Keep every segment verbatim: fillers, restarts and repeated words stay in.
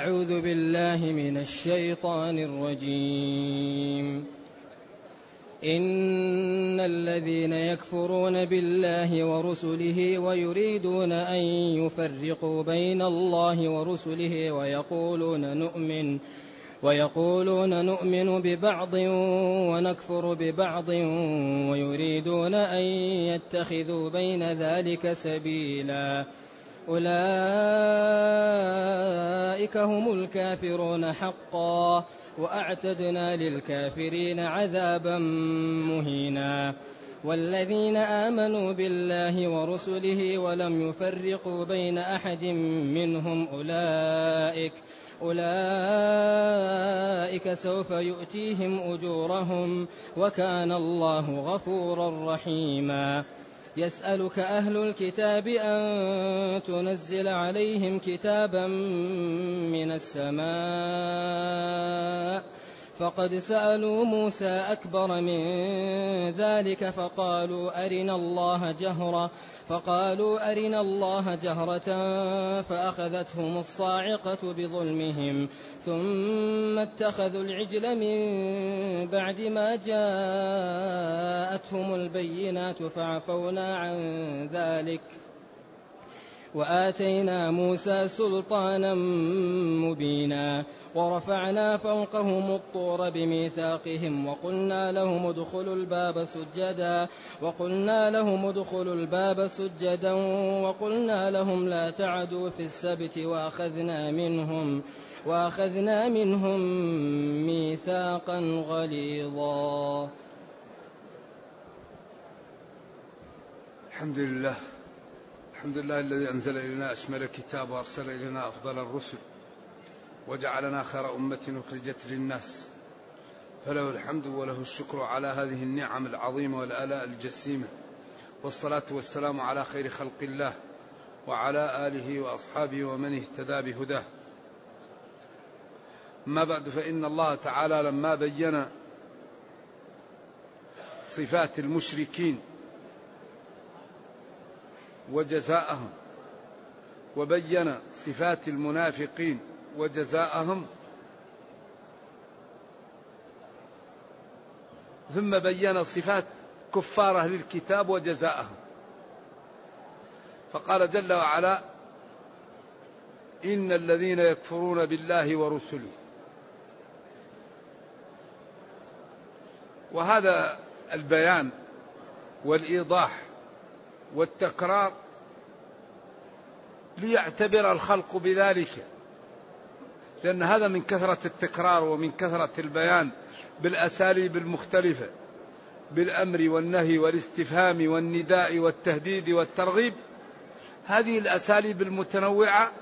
أعوذ بالله من الشيطان الرجيم. إن الذين يكفرون بالله ورسله ويريدون أن يفرقوا بين الله ورسله ويقولون نؤمن ويقولون نؤمن ببعض ونكفر ببعض ويريدون أن يتخذوا بين ذلك سبيلا أولئك هم الكافرون حقا وأعتدنا للكافرين عذابا مهينا. والذين آمنوا بالله ورسله ولم يفرقوا بين أحد منهم أولئك أولئك سوف يؤتيهم أجورهم وكان الله غفورا رحيما. يسألك أهل الكتاب أن تنزل عليهم كتابا من السماء فقد سألوا موسى أكبر من ذلك فقالوا أرنا الله جهرة فقالوا أرنا الله جهرة فأخذتهم الصاعقة بظلمهم ثم اتخذوا العجل من بعد ما جاءتهم البينات فعفونا عن ذلك وآتينا موسى سلطانا مبينا. ورفعنا فوقهم الطور بميثاقهم وقلنا لهم ادخلوا الباب سجدا وقلنا لهم ادخلوا الباب سجدا وقلنا لهم لا تعدوا في السبت وأخذنا منهم وأخذنا منهم ميثاقا غليظا. الحمد لله الحمد لله الذي أنزل إلينا أشمل الكتاب وأرسل إلينا أفضل الرسل وجعلنا خير أمة أخرجت للناس فله الحمد وله الشكر على هذه النعم العظيمة والآلاء الجسيمة. والصلاة والسلام على خير خلق الله وعلى آله وأصحابه ومن اهتدى بهداه. أما بعد، فإن الله تعالى لما بين صفات المشركين وجزاءهم وبين صفات المنافقين وجزاءهم ثم بين صفات كفار أهل الكتاب وجزاءهم، فقال جل وعلا إن الذين يكفرون بالله ورسله. وهذا البيان والإيضاح والتكرار ليعتبر الخلق بذلك، لأن هذا من كثرة التكرار ومن كثرة البيان بالأساليب المختلفة بالأمر والنهي والاستفهام والنداء والتهديد والترغيب، هذه الأساليب المتنوعة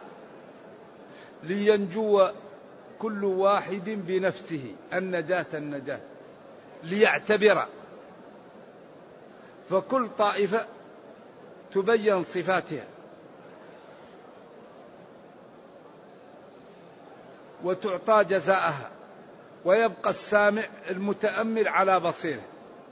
لينجو كل واحد بنفسه النجاة النجاة ليعتبر، فكل طائفة تبين صفاتها وتعطى جزاءها ويبقى السامع المتأمل على بصيره.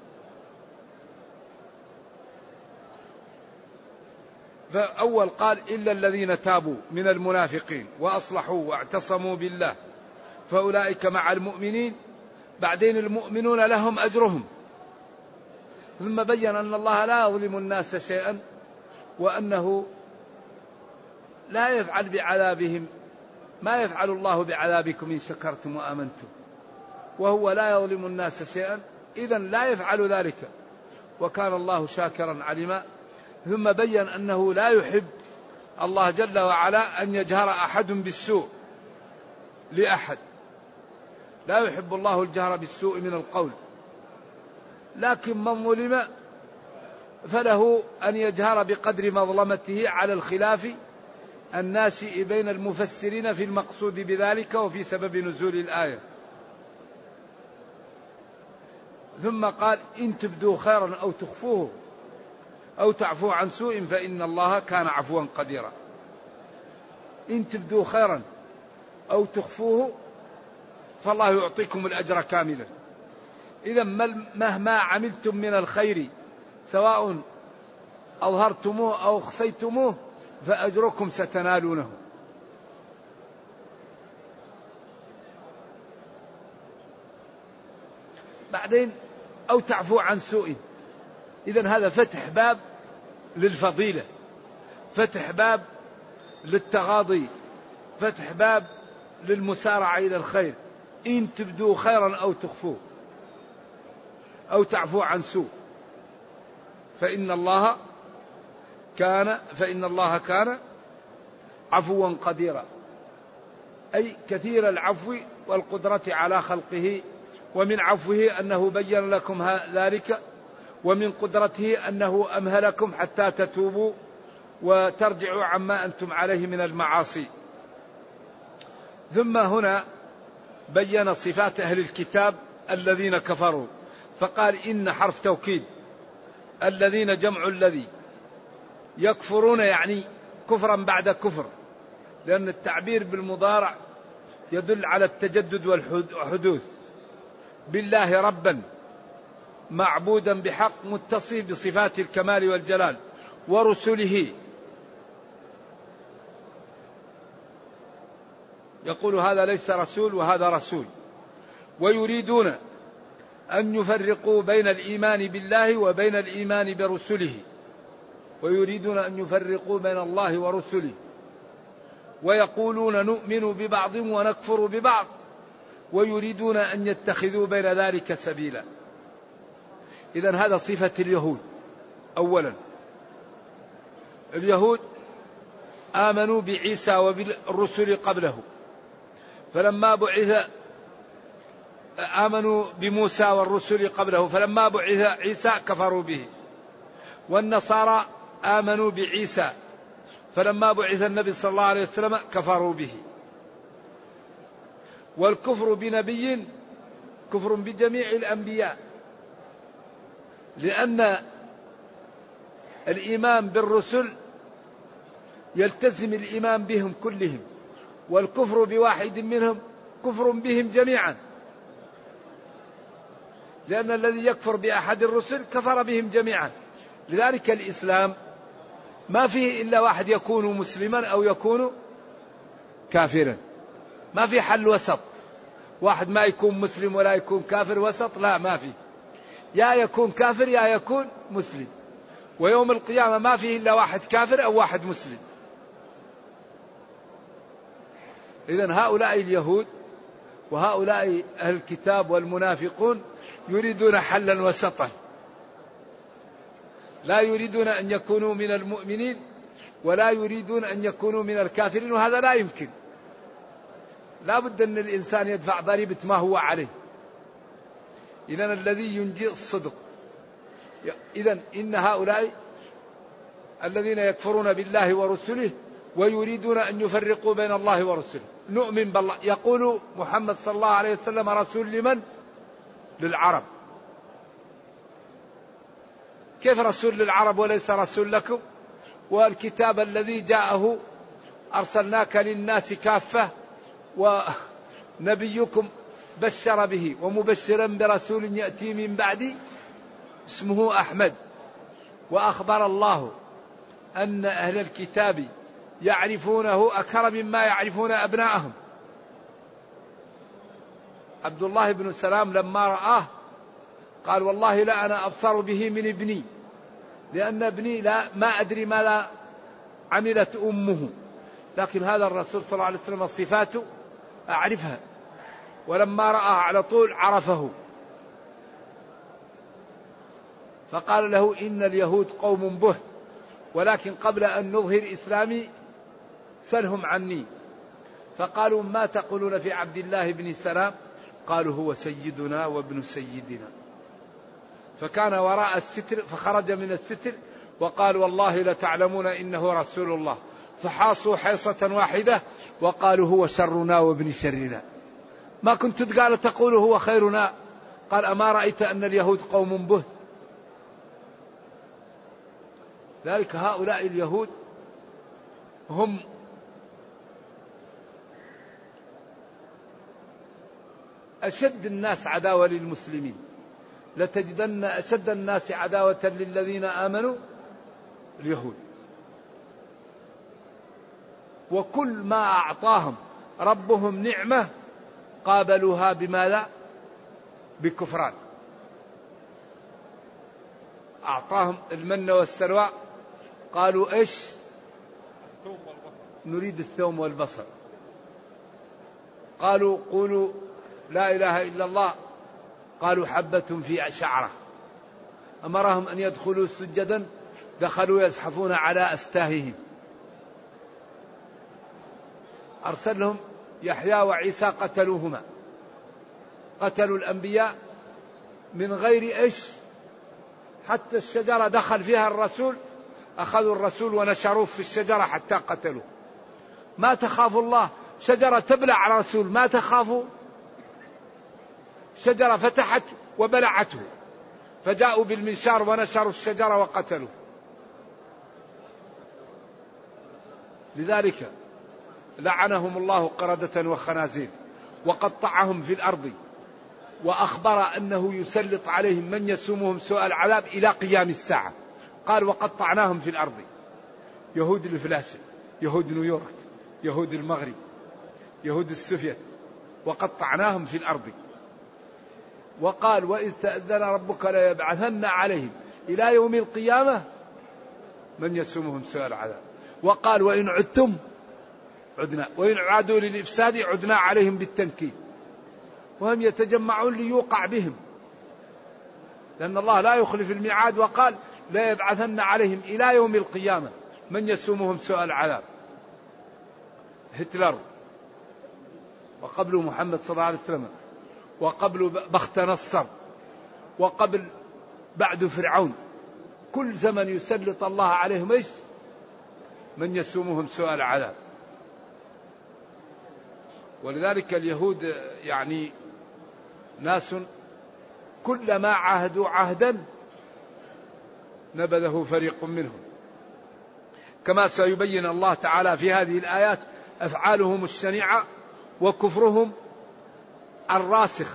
فأول قال إلا الذين تابوا من المنافقين وأصلحوا واعتصموا بالله فأولئك مع المؤمنين، بعدين المؤمنون لهم أجرهم، ثم بين أن الله لا يظلم الناس شيئا وأنه لا يفعل بعذابهم ما يفعل الله بعذابكم إن شكرتم وآمنتم، وهو لا يظلم الناس شيئا، إذن لا يفعل ذلك وكان الله شاكرا عليما. ثم بين أنه لا يحب الله جل وعلا أن يجهر أحد بالسوء لأحد، لا يحب الله الجهر بالسوء من القول، لكن من ظلم فله أن يجهر بقدر مظلمته على الخلاف الناشئ بين المفسرين في المقصود بذلك وفي سبب نزول الآية. ثم قال إن تبدوا خيرا أو تخفوه أو تعفو عن سوء فإن الله كان عفوا قديرا. إن تبدوا خيرا أو تخفوه فالله يعطيكم الأجر كاملا. إذا مهما عملتم من الخير سواء أظهرتموه أو خفيتموه فأجركم ستنالونه. بعدين أو تعفو عن سوء. إذن هذا فتح باب للفضيلة، فتح باب للتغاضي، فتح باب للمسارعة إلى الخير، إن تبدوا خيرا أو تخفوه أو تعفو عن سوء فإن الله كان فإن الله كان عفوا قديرا، أي كثير العفو والقدرة على خلقه. ومن عفوه أنه بين لكم ذلك، ومن قدرته أنه أمهلكم حتى تتوبوا وترجعوا عما أنتم عليه من المعاصي. ثم هنا بين صفات أهل الكتاب الذين كفروا، فقال إن حرف توكيد، الذين جمع الذي، يكفرون يعني كفرا بعد كفر، لأن التعبير بالمضارع يدل على التجدد والحدوث. بالله ربا معبودا بحق متصف بصفات الكمال والجلال، ورسله، يقول هذا ليس رسول وهذا رسول. ويريدون أن يفرقوا بين الإيمان بالله وبين الإيمان برسله، ويريدون أن يفرقوا بين الله ورسله، ويقولون نؤمن ببعض ونكفر ببعض، ويريدون أن يتخذوا بين ذلك سبيلا. إذن هذا صفة اليهود. أولا اليهود آمنوا بعيسى وبالرسل قبله، فلما بعث آمنوا بموسى والرسل قبله، فلما بعث عيسى كفروا به. والنصارى آمنوا بعيسى، فلما بعث النبي صلى الله عليه وسلم كفروا به. والكفر بنبي كفر بجميع الأنبياء، لأن الإيمان بالرسل يلتزم الإيمان بهم كلهم، والكفر بواحد منهم كفر بهم جميعا، لأن الذي يكفر بأحد الرسل كفر بهم جميعا. لذلك الإسلام ما فيه إلا واحد يكون مسلما أو يكون كافرا، ما في حل وسط، واحد ما يكون مسلم ولا يكون كافر وسط، لا ما في، يا يكون كافر يا يكون مسلم. ويوم القيامة ما فيه إلا واحد كافر أو واحد مسلم. إذن هؤلاء اليهود وهؤلاء أهل الكتاب والمنافقون يريدون حلا وسطا، لا يريدون أن يكونوا من المؤمنين ولا يريدون أن يكونوا من الكافرين، وهذا لا يمكن. لا بد أن الإنسان يدفع ضريبة ما هو عليه. إذن الذي ينجي الصدق. إذن إن هؤلاء الذين يكفرون بالله ورسله ويريدون أن يفرقوا بين الله ورسله. نؤمن بالله، يقول محمد صلى الله عليه وسلم رسول لمن؟ للعرب. كيف رسول للعرب وليس رسول لكم؟ والكتاب الذي جاءه أرسلناك للناس كافة، ونبيكم بشر به ومبشرا برسول يأتي من بعدي اسمه أحمد. وأخبر الله أن أهل الكتاب يعرفونه أكثر مما يعرفون أبناءهم. عبد الله بن سلام لما رآه قال والله لا أنا أبصر به من ابني، لأن ابني لا ما أدري ماذا عملت أمه، لكن هذا الرسول صلى الله عليه وسلم صفاته أعرفها. ولما رآه على طول عرفه، فقال له إن اليهود قوم به، ولكن قبل أن نظهر إسلامي سلهم عني. فقالوا ما تقولون في عبد الله بن سلام؟ قالوا هو سيدنا وابن سيدنا. فكان وراء الستر، فخرج من الستر وقال والله لتعلمون إنه رسول الله. فحاصوا حيصة واحدة وقالوا هو شرنا وابن شرنا. ما كنت قال تقول هو خيرنا؟ قال أما رأيت أن اليهود قوم به. ذلك هؤلاء اليهود هم أشد الناس عداوة للمسلمين، لتجدن أشد الناس عداوة للذين آمنوا اليهود. وكل ما أعطاهم ربهم نعمة قابلوها بماذا؟ بكفران. أعطاهم المن والسلوى قالوا إيش؟ نريد الثوم والبصل. قالوا قولوا لا إله إلا الله، قالوا حبة في شعرة. أمرهم أن يدخلوا سجدا، دخلوا يزحفون على أستاههم. أرسل لهم يحيى وعيسى قتلوهما، قتلوا الأنبياء من غير إيش؟ حتى الشجرة دخل فيها الرسول، أخذوا الرسول ونشروه في الشجرة حتى قتلوه. ما تخافوا الله، شجرة تبلع على الرسول ما تخافوا؟ شجرة فتحت وبلعته، فجاءوا بالمنشار ونشروا الشجرة وقتلوا. لذلك لعنهم الله قردة وخنازير وقطعهم في الأرض، وأخبر أنه يسلط عليهم من يسومهم سوء العذاب إلى قيام الساعة. قال وقطعناهم في الأرض، يهود الفلاشة، يهود نيويورك، يهود المغرب، يهود السوفيت، وقطعناهم في الأرض. وقال وإذ تأذن ربك ليبعثن عليهم إلى يوم القيامة من يسومهم سوء العذاب. وقال وإن عدتم عدنا، وإن عادوا للإفساد عدنا عليهم بالتنكيل. وهم يتجمعون ليوقع بهم، لأن الله لا يخلف الميعاد. وقال لا يبعثن عليهم إلى يوم القيامة من يسومهم سوء العذاب. هتلر، وقبل محمد صلى الله عليه وسلم، وقبل بخت نصر، وقبل بعد فرعون، كل زمن يسلط الله عليهم إيش؟ من يسومهم سوء العذاب. ولذلك اليهود يعني ناس كلما عاهدوا عهدا نبذه فريق منهم، كما سيبين الله تعالى في هذه الآيات أفعالهم الشنيعة وكفرهم الراسخ.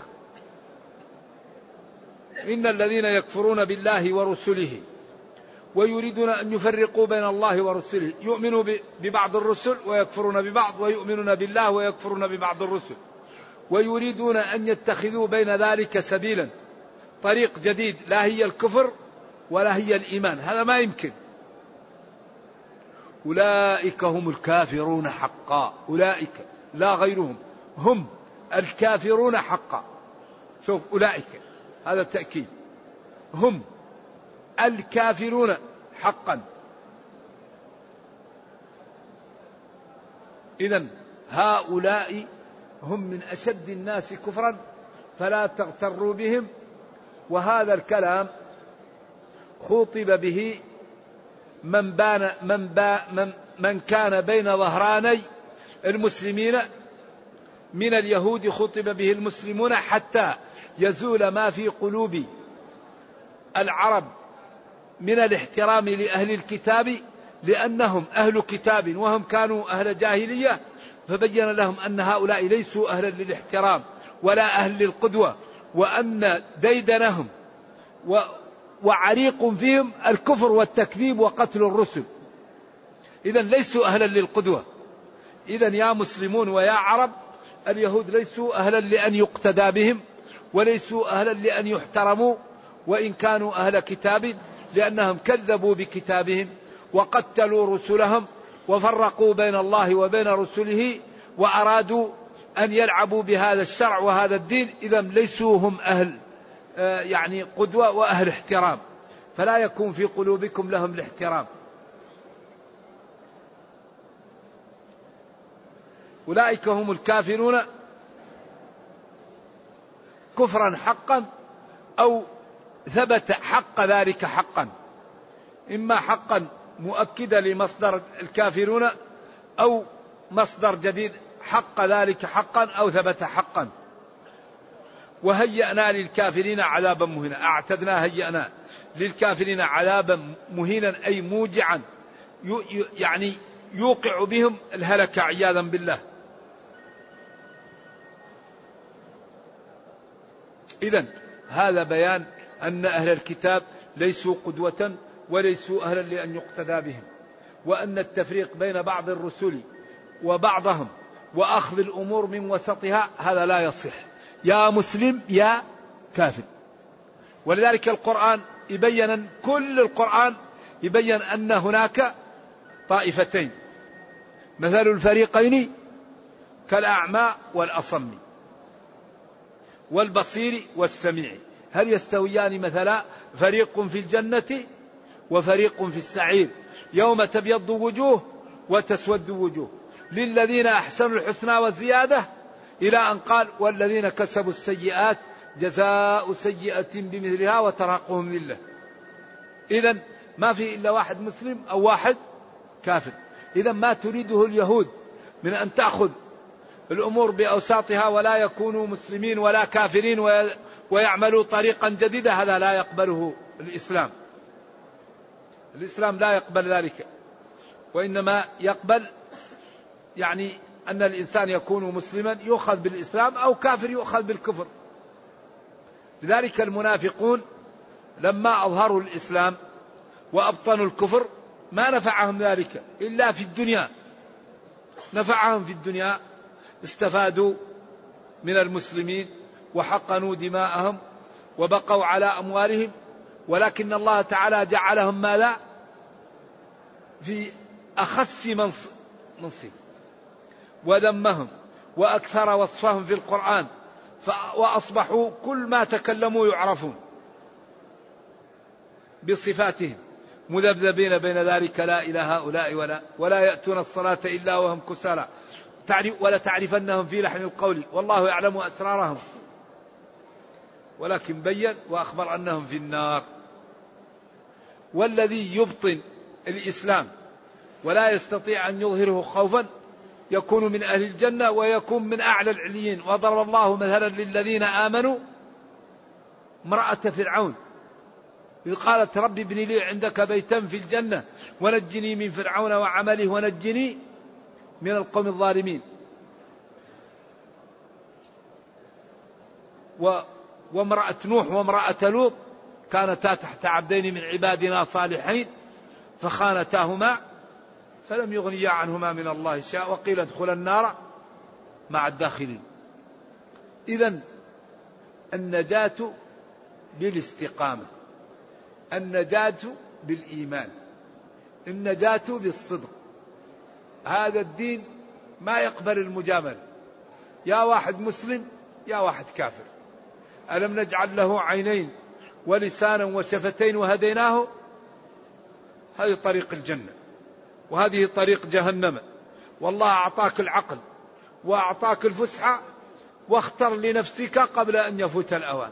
إن الذين يكفرون بالله ورسله ويريدون أن يفرقوا بين الله ورسله، يؤمنوا ببعض الرسل ويكفرون ببعض، ويؤمنون بالله ويكفرون ببعض الرسل، ويريدون أن يتخذوا بين ذلك سبيلا، طريق جديد لا هي الكفر ولا هي الإيمان، هذا ما يمكن. أولئك هم الكافرون حقا، أولئك لا غيرهم، هم الكافرون حقا. شوف أولئك هذا التأكيد، هم الكافرون حقا. إذن هؤلاء هم من أشد الناس كفرا فلا تغتروا بهم. وهذا الكلام خوطب به من بان من, با من, من كان بين ظهراني المسلمين من اليهود، خطب به المسلمون حتى يزول ما في قلوب العرب من الاحترام لأهل الكتاب، لأنهم أهل كتاب وهم كانوا أهل جاهلية، فبين لهم أن هؤلاء ليسوا أهلا للاحترام ولا أهل للقدوة، وأن ديدنهم وعريق فيهم الكفر والتكذيب وقتل الرسل. إذن ليسوا أهلا للقدوة. إذن يا مسلمون ويا عرب، اليهود ليسوا أهلا لأن يقتدى بهم، وليسوا أهلا لأن يحترموا وإن كانوا أهل كتاب، لأنهم كذبوا بكتابهم وقتلوا رسلهم وفرقوا بين الله وبين رسله وأرادوا أن يلعبوا بهذا الشرع وهذا الدين. إذا ليسوا هم أهل يعني قدوة وأهل احترام، فلا يكون في قلوبكم لهم الاحترام. أولئك هم الكافرون كفرا حقا، أو ثبت حق ذلك حقا، إما حقا مؤكدا لمصدر الكافرون، أو مصدر جديد حق ذلك حقا، أو ثبت حقا. وهيأنا للكافرين عذابا مهينا، أعتدنا هيأنا للكافرين عذابا مهينا أي موجعا، يعني يوقع بهم الهلكة عياذا بالله. إذن هذا بيان أن أهل الكتاب ليسوا قدوة وليسوا أهلا لأن يقتدى بهم، وأن التفريق بين بعض الرسل وبعضهم وأخذ الأمور من وسطها هذا لا يصح، يا مسلم يا كافر. ولذلك القرآن يبين أن كل القرآن يبين أن هناك طائفتين، مثل الفريقين كالأعمى والأصم والبصير والسميع هل يستويان مثلا؟ فريق في الجنة وفريق في السعير يوم تبيض وجوه وتسود وجوه للذين أحسنوا الحسنى والزيادة إلى أن قال والذين كسبوا السيئات جزاء سيئة بمثلها وترهقهم ذلة. إذن ما في إلا واحد مسلم أو واحد كافر. إذن ما تريده اليهود من أن تأخذ الأمور بأوساطها ولا يكونوا مسلمين ولا كافرين ويعملوا طريقا جديدا، هذا لا يقبله الإسلام. الإسلام لا يقبل ذلك، وإنما يقبل يعني أن الإنسان يكون مسلما يؤخذ بالإسلام أو كافر يؤخذ بالكفر. لذلك المنافقون لما أظهروا الإسلام وأبطنوا الكفر ما نفعهم ذلك إلا في الدنيا، نفعهم في الدنيا، استفادوا من المسلمين وحقنوا دماءهم وبقوا على أموالهم، ولكن الله تعالى جعلهم ماذا؟ في أخس منصب وذمهم وأكثر وصفهم في القرآن، وأصبحوا كل ما تكلموا يعرفون بصفاتهم مذبذبين بين ذلك لا إلى هؤلاء ولا ولا يأتون الصلاة إلا وهم كسالى ولا تعرفنهم في لحن القول والله يعلم أسرارهم، ولكن بين وأخبر أنهم في النار. والذي يبطن الإسلام ولا يستطيع أن يظهره خوفا يكون من أهل الجنة ويكون من أعلى العليين. وضرب الله مثلا للذين آمنوا امرأة فرعون إذ قالت رب ابن لي عندك بيتا في الجنة ونجني من فرعون وعمله ونجني من القوم الظالمين. وامرأة نوح وامرأة لوط كانتا تحت عبدين من عبادنا صالحين فخانتاهما فلم يغنيا عنهما من الله شيئا وقيل ادخلا النار مع الداخلين. إذن النجاة بالاستقامة، النجاة بالإيمان، النجاة بالصدق. هذا الدين ما يقبل المجاملة، يا واحد مسلم يا واحد كافر. ألم نجعل له عينين ولسانا وشفتين وهديناه؟ هذه طريق الجنة وهذه طريق جهنم. والله أعطاك العقل وأعطاك الفسحة واختر لنفسك قبل أن يفوت الأوان.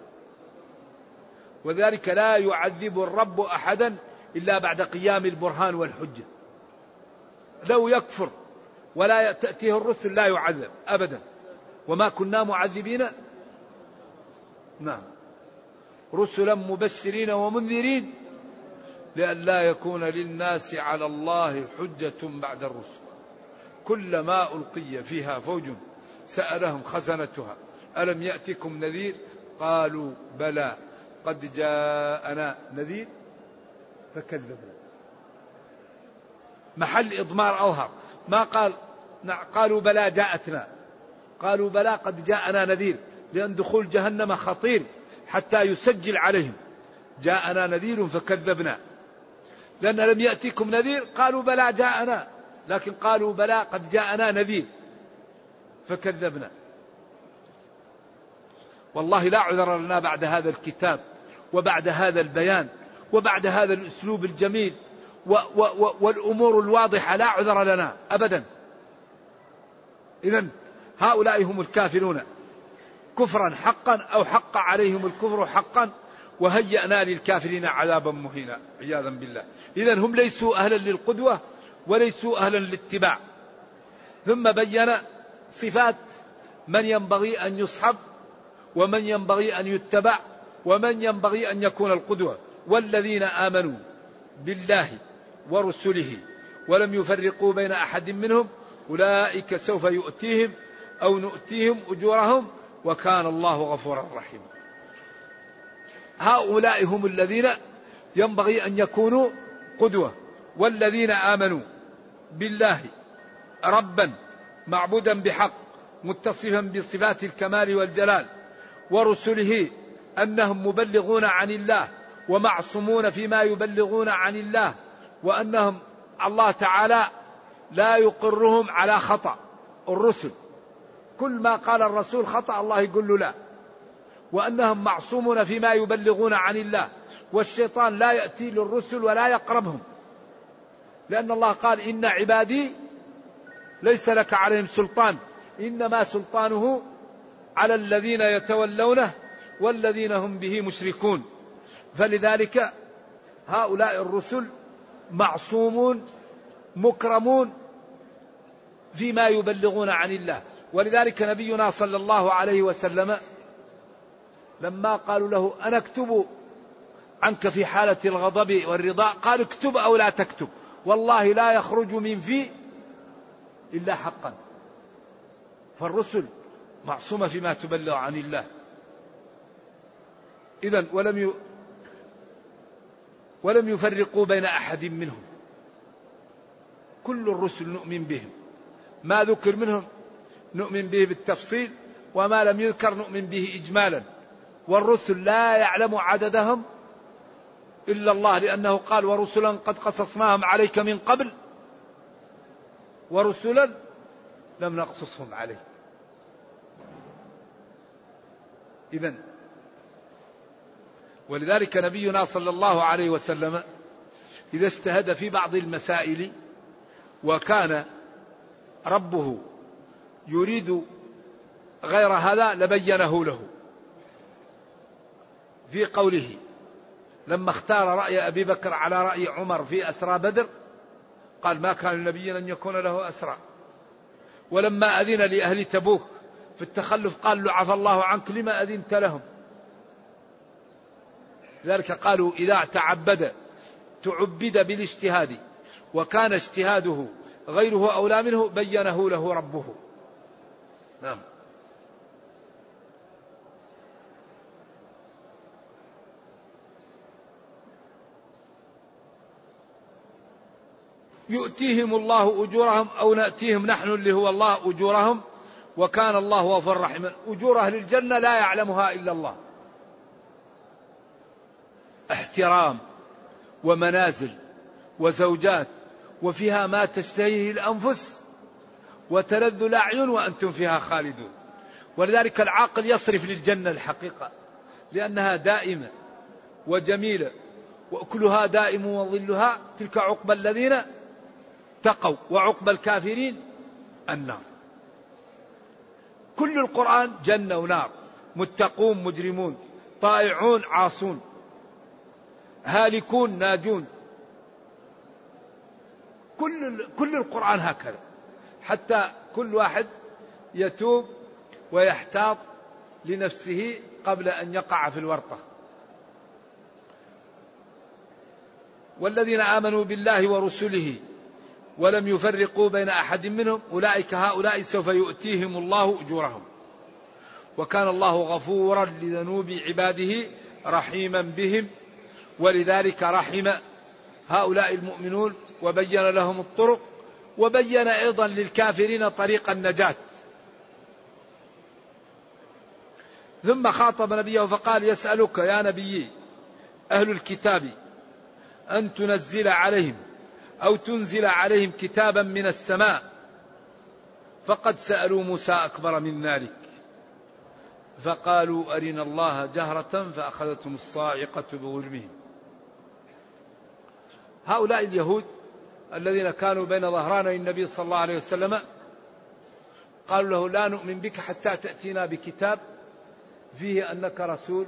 وذلك لا يعذب الرب أحدا إلا بعد قيام البرهان والحجة. لو يكفر ولا تأتيه الرسل لا يعذب أبدا. وما كنا معذبين نعم رسلا مبشرين ومنذرين لئلا يكون للناس على الله حجة بعد الرسل. كلما ألقي فيها فوج سألهم خزنتها ألم يأتكم نذير قالوا بلى قد جاءنا نذير فكذبنا. محل إضمار أظهر ما قال قالوا بلى جاءتنا، قالوا بلى قد جاءنا نذير، لأن دخول جهنم خطير حتى يسجل عليهم جاءنا نذير فكذبنا. لأن لم يأتكم نذير قالوا بلى جاءنا، لكن قالوا بلى قد جاءنا نذير فكذبنا. والله لا عذر لنا بعد هذا الكتاب وبعد هذا البيان وبعد هذا الأسلوب الجميل و و والأمور الواضحة، لا عذر لنا أبدا. إذن هؤلاء هم الكافرون كفرا حقا أو حق عليهم الكفر حقا وهيأنا للكافرين عذابا مهينا عياذا بالله. إذن هم ليسوا أهلا للقدوة وليسوا أهلا للاتباع. ثم بين صفات من ينبغي أن يصحب ومن ينبغي أن يتبع ومن ينبغي أن يكون القدوة. والذين آمنوا بالله ورسله ولم يفرقوا بين أحد منهم أولئك سوف يؤتيهم أو نؤتيهم أجورهم وكان الله غفورا رحيما. هؤلاء هم الذين ينبغي أن يكونوا قدوة. والذين آمنوا بالله ربا معبودا بحق متصفا بصفات الكمال والجلال ورسله أنهم مبلغون عن الله ومعصومون فيما يبلغون عن الله، وأنهم الله تعالى لا يقرهم على خطأ. الرسل كل ما قال الرسول خطأ الله يقول له لا، وأنهم معصومون فيما يبلغون عن الله، والشيطان لا يأتي للرسل ولا يقربهم، لأن الله قال إن عبادي ليس لك عليهم سلطان، إنما سلطانه على الذين يتولونه والذين هم به مشركون. فلذلك هؤلاء الرسل معصومون مكرمون فيما يبلغون عن الله. ولذلك نبينا صلى الله عليه وسلم لما قالوا له أنا أكتب عنك في حالة الغضب والرضا، قال اكتب أو لا تكتب، والله لا يخرج من في إلا حقا. فالرسل معصومة فيما تبلغ عن الله. إذن ولم ي... ولم يفرقوا بين أحد منهم، كل الرسل نؤمن بهم، ما ذكر منهم نؤمن به بالتفصيل، وما لم يذكر نؤمن به إجمالا. والرسل لا يعلم عددهم إلا الله، لأنه قال ورسلا قد قصصناهم عليك من قبل ورسلا لم نقصصهم عليك. إذن ولذلك نبينا صلى الله عليه وسلم إذا اجتهد في بعض المسائل وكان ربه يريد غير هذا لبينه له. في قوله لما اختار رأي أبي بكر على رأي عمر في أسرى بدر قال ما كان لنبي أن يكون له أسرى. ولما أذن لأهل تبوك في التخلف قال له عفى الله عنك لما أذنت لهم. لذلك قالوا إذا تعبد تعبد بالاجتهاد، وكان اجتهاده غيره أولى منه بينه له ربه. نعم. يؤتيهم الله أجورهم أو نأتيهم نحن اللي هو الله أجورهم وكان الله غفورا رحيما. أجور أهل الجنة لا يعلمها إلا الله، احترام ومنازل وزوجات وفيها ما تشتهيه الأنفس وتلذ الأعين وأنتم فيها خالدون. ولذلك العاقل يصرف للجنة الحقيقة، لأنها دائمة وجميلة وأكلها دائم وظلها، تلك عقبى الذين اتقوا وعقبى الكافرين النار. كل القرآن جنة ونار، متقون مجرمون، طائعون عاصون، هالكون ناجون. كل كل القرآن هكذا، حتى كل واحد يتوب ويحتاط لنفسه قبل أن يقع في الورطة. والذين آمنوا بالله ورسله ولم يفرقوا بين أحد منهم أولئك هؤلاء سوف يؤتيهم الله أجورهم وكان الله غفورا لذنوب عباده رحيما بهم. ولذلك رحم هؤلاء المؤمنون وبين لهم الطرق، وبين أيضا للكافرين طريق النجاة. ثم خاطب نبيه فقال يسألك يا نبي أهل الكتاب أن تنزل عليهم أو تنزل عليهم كتابا من السماء فقد سألوا موسى أكبر من ذلك فقالوا أرنا الله جهرة فأخذتهم الصاعقة بظلمهم. هؤلاء اليهود الذين كانوا بين ظهراني النبي صلى الله عليه وسلم قالوا له لا نؤمن بك حتى تأتينا بكتاب فيه أنك رسول.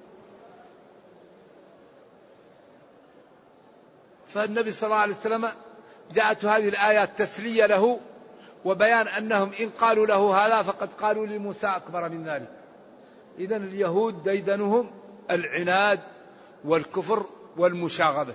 فالنبي صلى الله عليه وسلم جاءت هذه الآيات تسلية له وبيان أنهم إن قالوا له هذا فقد قالوا لموسى أكبر من ذلك. إذن اليهود ديدنهم العناد والكفر والمشاغبة،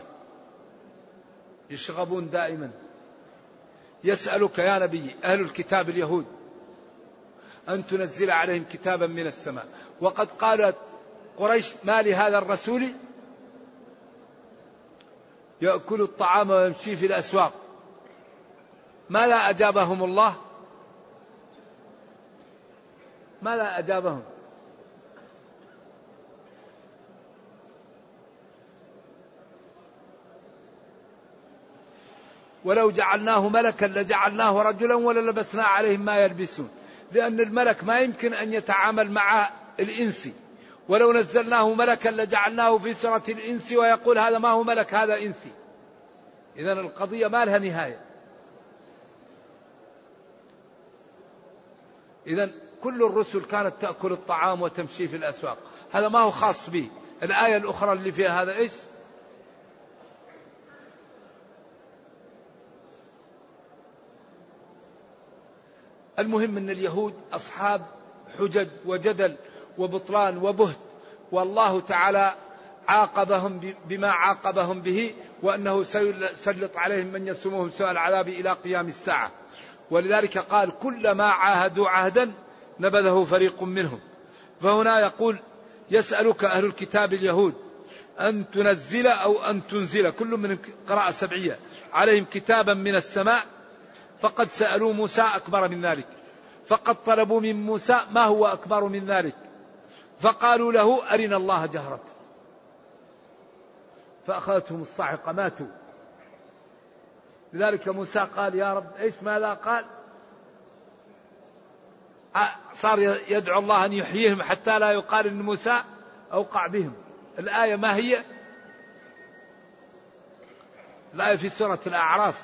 يشغبون دائما. يسألك يا نبي أهل الكتاب اليهود أن تنزل عليهم كتابا من السماء، وقد قالت قريش ما لهذا الرسول يأكل الطعام ويمشي في الأسواق. ما لا أجابهم الله؟ ما لا أجابهم؟ ولو جعلناه ملكا لجعلناه رجلا وللبسنا عليهم ما يلبسون، لأن الملك ما يمكن أن يتعامل مع الإنس، ولو نزلناه ملكا لجعلناه في سورة الإنس ويقول هذا ما هو ملك هذا إنسي. إذن القضية ما لها نهاية. إذن كل الرسل كانت تأكل الطعام وتمشي في الأسواق، هذا ما هو خاص به. الآية الأخرى اللي فيها هذا إيش؟ المهم أن اليهود أصحاب حجج وجدل وبطلان وبهت، والله تعالى عاقبهم بما عاقبهم به، وأنه سيسلط عليهم من يسومهم سوء العذاب إلى قيام الساعة. ولذلك قال كلما عاهدوا عهدا نبذه فريق منهم. فهنا يقول يسألك أهل الكتاب اليهود أن تنزل أو أن تنزل، كل من قراءة سبعية، عليهم كتابا من السماء، فقد سألوا موسى أكبر من ذلك، فقد طلبوا من موسى ما هو أكبر من ذلك، فقالوا له أرنا الله جهرة، فأخذتهم الصاعقة ماتوا. لذلك موسى قال يا رب إيش ماذا قال؟ صار يدعو الله أن يحييهم حتى لا يقال أن موسى أوقع بهم. الآية ما هي؟ الآية في سورة الأعراف.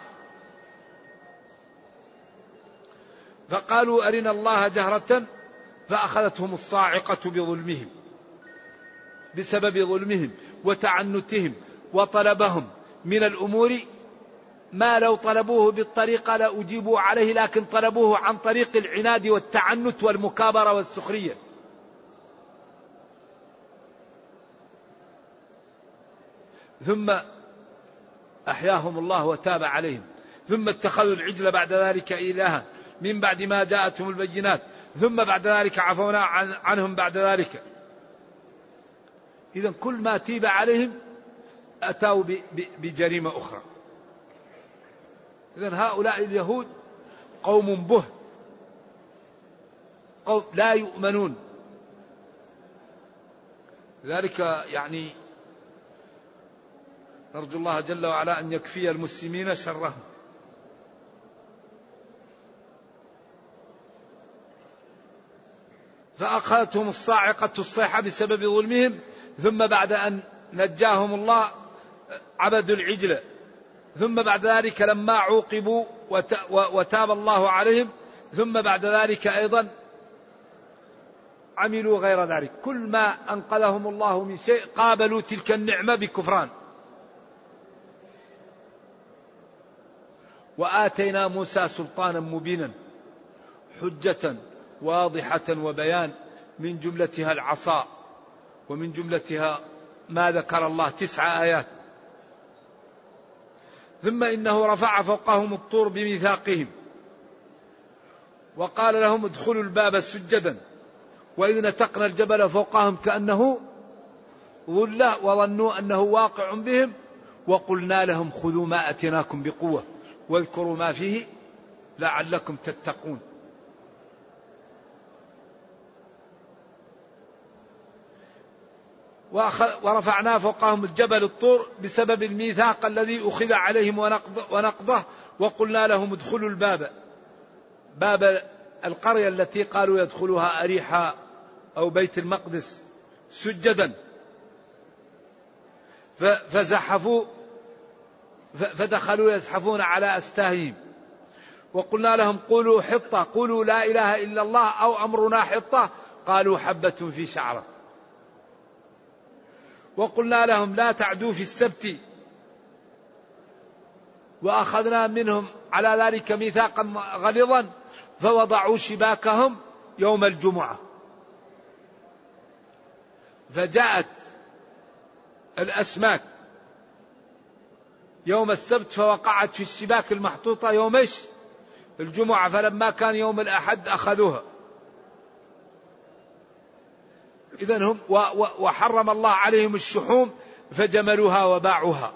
فقالوا أرنا الله جهرة فأخذتهم الصاعقة بظلمهم، بسبب ظلمهم وتعنتهم وطلبهم من الأمور ما لو طلبوه بالطريقة لأجيبوا عليه، لكن طلبوه عن طريق العناد والتعنت والمكابرة والسخرية. ثم أحياهم الله وتاب عليهم، ثم اتخذوا العجل بعد ذلك إلها من بعد ما جاءتهم البينات، ثم بعد ذلك عفونا عن عنهم بعد ذلك. إذن كل ما تيب عليهم أتوا بجريمة أخرى. إذن هؤلاء اليهود قوم به، قوم لا يؤمنون. ذلك يعني نرجو الله جل وعلا أن يكفي المسلمين شرهم. فأخذتهم الصاعقة الصيحة بسبب ظلمهم، ثم بعد أن نجاهم الله عبدوا العجل، ثم بعد ذلك لما عوقبوا وتاب الله عليهم، ثم بعد ذلك أيضا عملوا غير ذلك. كل ما أنقذهم الله من شيء قابلوا تلك النعمة بكفران. وآتينا موسى سلطانا مبينا حجة واضحة وبيان، من جملتها العصا، ومن جملتها ما ذكر الله تسع آيات. ثم إنه رفع فوقهم الطور بميثاقهم وقال لهم ادخلوا الباب سجدا، وإذ نتقنا الجبل فوقهم كأنه ظلة وظنوا أنه واقع بهم، وقلنا لهم خذوا ما أتيناكم بقوة واذكروا ما فيه لعلكم تتقون. ورفعنا فوقهم الجبل الطور بسبب الميثاق الذي أخذ عليهم ونقضه، وقلنا لهم ادخلوا الباب، باب القرية التي قالوا يدخلها أريحا أو بيت المقدس، سجدا، فزحفوا فدخلوا يزحفون على أستاههم. وقلنا لهم قولوا حطة، قولوا لا إله إلا الله أو أمرنا حطة، قالوا حبة في شعرة. وقلنا لهم لا تعدوا في السبت، وأخذنا منهم على ذلك ميثاقا غليظا، فوضعوا شباكهم يوم الجمعة. فجاءت الأسماك يوم السبت فوقعت في الشباك المحطوطة يوم ايش؟ الجمعة، فلما كان يوم الأحد أخذوها. إذن هم وحرم الله عليهم الشحوم فجملوها وباعوها.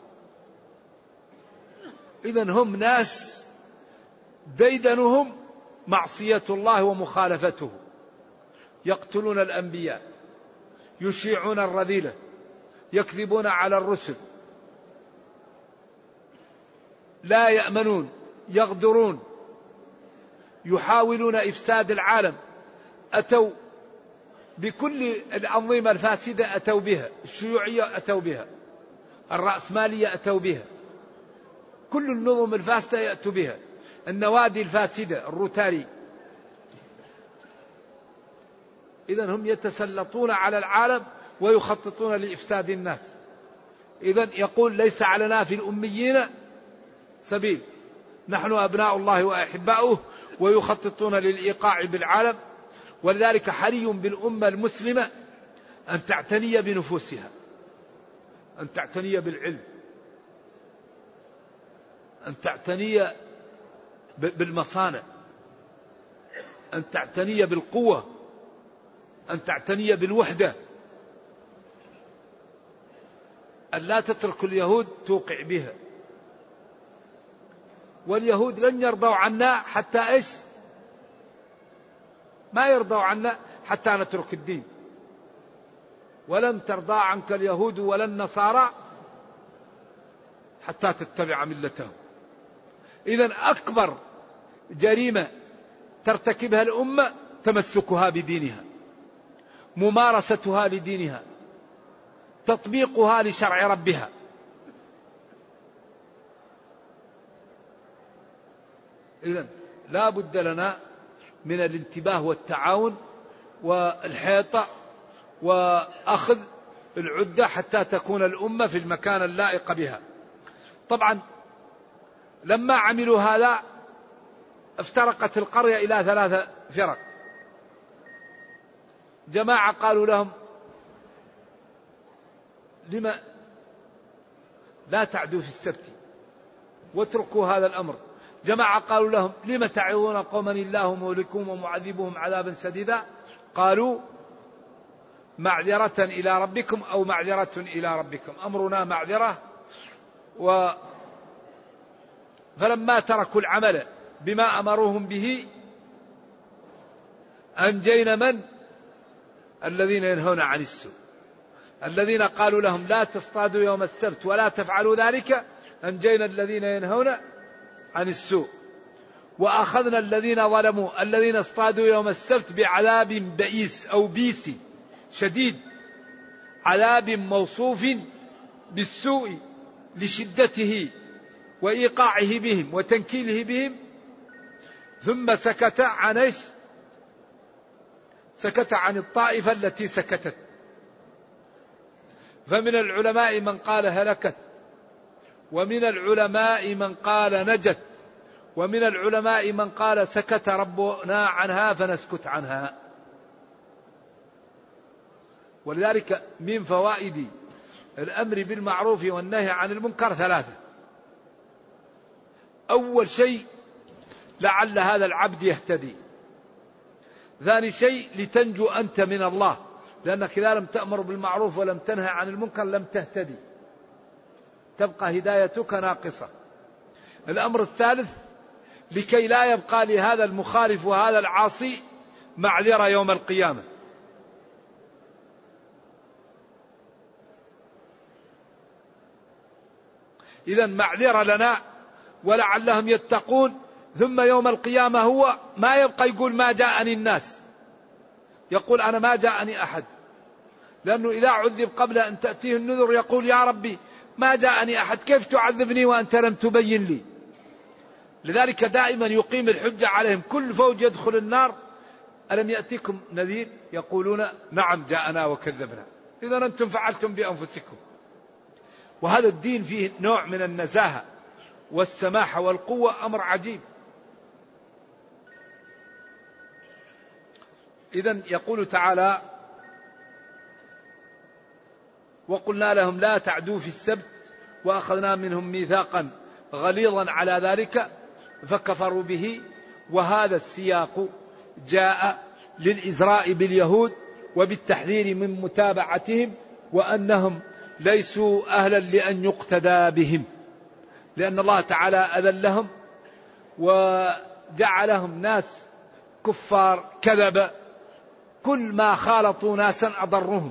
إذن هم ناس ديدنهم معصية الله ومخالفته، يقتلون الأنبياء، يشيعون الرذيلة، يكذبون على الرسل. لا يأمنون، يغدرون، يحاولون إفساد العالم، أتوا بكل الأنظمة الفاسدة، أتوا بها، الشيوعية أتوا بها، الرأسمالية أتوا بها، كل النظم الفاسدة يأتوا بها، النوادي الفاسدة، الروتاري. إذن هم يتسلطون على العالم ويخططون لإفساد الناس. إذن يقول ليس علينا في الأميين سبيل، نحن أبناء الله وأحباؤه، ويخططون للإيقاع بالعالم. ولذلك حري بالأمة المسلمة أن تعتني بنفوسها، أن تعتني بالعلم، أن تعتني بالمصانع، أن تعتني بالقوة، أن تعتني بالوحدة، أن لا تترك اليهود توقع بها. واليهود لن يرضوا عنا حتى إيش؟ ما يرضوا عنا حتى نترك الدين. ولن ترضى عنك اليهود ولا النصارى حتى تتبع ملتهم. إذن أكبر جريمة ترتكبها الأمة تمسكها بدينها، ممارستها لدينها، تطبيقها لشرع ربها. إذن لا بد لنا من الانتباه والتعاون والحيطة وأخذ العدة حتى تكون الأمة في المكان اللائق بها. طبعا لما عملوا هذا افترقت القرية إلى ثلاثة فرق. جماعة قالوا لهم لما لا تعدوا في السبت واتركوا هذا الأمر. جماعة قالوا لهم لما تعظون قوما الله مهلكهم ومعذبهم عذابا شديدا. قالوا معذرة إلى ربكم أو معذرة إلى ربكم، أمرنا معذرة. و فلما تركوا العمل بما أمروهم به أنجينا من؟ الذين ينهون عن السوء، الذين قالوا لهم لا تصطادوا يوم السبت ولا تفعلوا ذلك، أنجينا الذين ينهون عن السوء. وأخذنا الذين ظلموا الذين اصطادوا يوم السبت بعذاب بئيس أو بيس شديد، عذاب موصوف بالسوء لشدته وإيقاعه بهم وتنكيله بهم. ثم سكت عن ايش؟ سكت عن الطائفة التي سكتت. فمن العلماء من قال هلكت، ومن العلماء من قال نجت، ومن العلماء من قال سكت ربنا عنها فنسكت عنها. ولذلك من فوائد الأمر بالمعروف والنهي عن المنكر ثلاثة. أول شيء لعل هذا العبد يهتدي. ثاني شيء لتنجو أنت من الله، لأنك إذا لم تأمر بالمعروف ولم تنهى عن المنكر لم تهتدي، تبقى هدايتك ناقصة. الأمر الثالث لكي لا يبقى لهذا المخالف وهذا العاصي معذرة يوم القيامة. إذن معذرة لنا ولعلهم يتقون. ثم يوم القيامة هو ما يبقى يقول ما جاءني الناس، يقول أنا ما جاءني أحد، لأنه إذا عذب قبل أن تأتيه النذر يقول يا ربي ما جاءني أحد، كيف تعذبني وأنت لم تبين لي؟ لذلك دائما يقيم الحجة عليهم. كل فوج يدخل النار ألم يأتيكم نذير؟ يقولون نعم جاءنا وكذبنا. إذا أنتم فعلتم بأنفسكم. وهذا الدين فيه نوع من النزاهة والسماحة والقوة، أمر عجيب. إذن يقول تعالى وقلنا لهم لا تعدوا في السبت وأخذنا منهم ميثاقا غليظا على ذلك فكفروا به. وهذا السياق جاء للإزراء باليهود وبالتحذير من متابعتهم، وأنهم ليسوا أهلا لأن يقتدى بهم، لأن الله تعالى أذلهم وجعلهم ناس كفار كذبة، كل ما خالطوا ناسا أضرهم.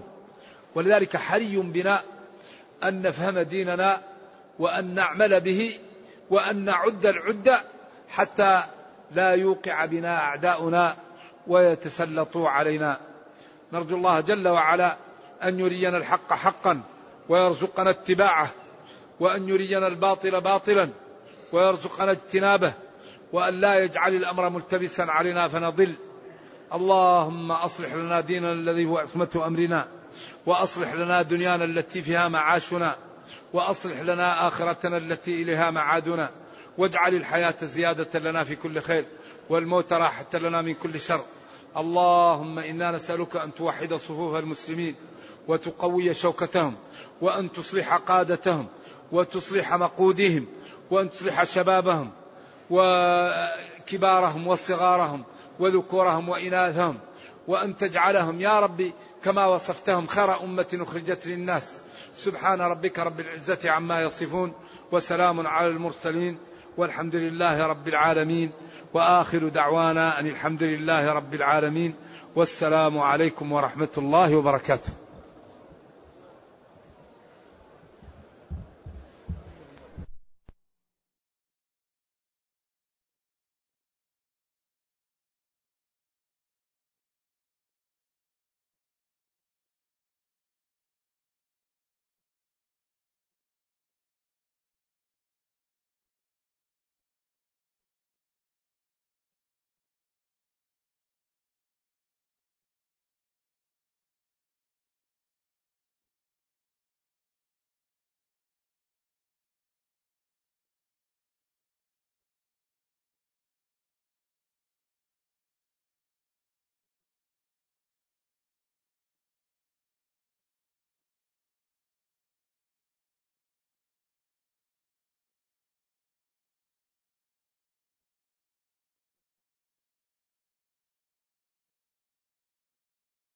ولذلك حري بنا أن نفهم ديننا وأن نعمل به وأن نعد العدة حتى لا يوقع بنا أعداؤنا ويتسلطوا علينا. نرجو الله جل وعلا أن يرينا الحق حقا ويرزقنا اتباعه، وأن يرينا الباطل باطلا ويرزقنا اجتنابه، وأن لا يجعل الأمر ملتبسا علينا فنضل. اللهم أصلح لنا ديننا الذي هو عصمة أمرنا، وأصلح لنا دنيانا التي فيها معاشنا، وأصلح لنا آخرتنا التي إليها معادنا، واجعل الحياة زيادة لنا في كل خير والموت راحة لنا من كل شر. اللهم إنا نسألك أن توحد صفوف المسلمين وتقوي شوكتهم، وأن تصلح قادتهم، وتصلح مقودهم، وأن تصلح شبابهم وكبارهم وصغارهم وذكورهم وإناثهم، وأن تجعلهم يا ربي كما وصفتهم خير أمة أخرجت للناس. سبحان ربك رب العزة عما يصفون، وسلام على المرسلين، والحمد لله رب العالمين، وآخر دعوانا أن الحمد لله رب العالمين، والسلام عليكم ورحمة الله وبركاته.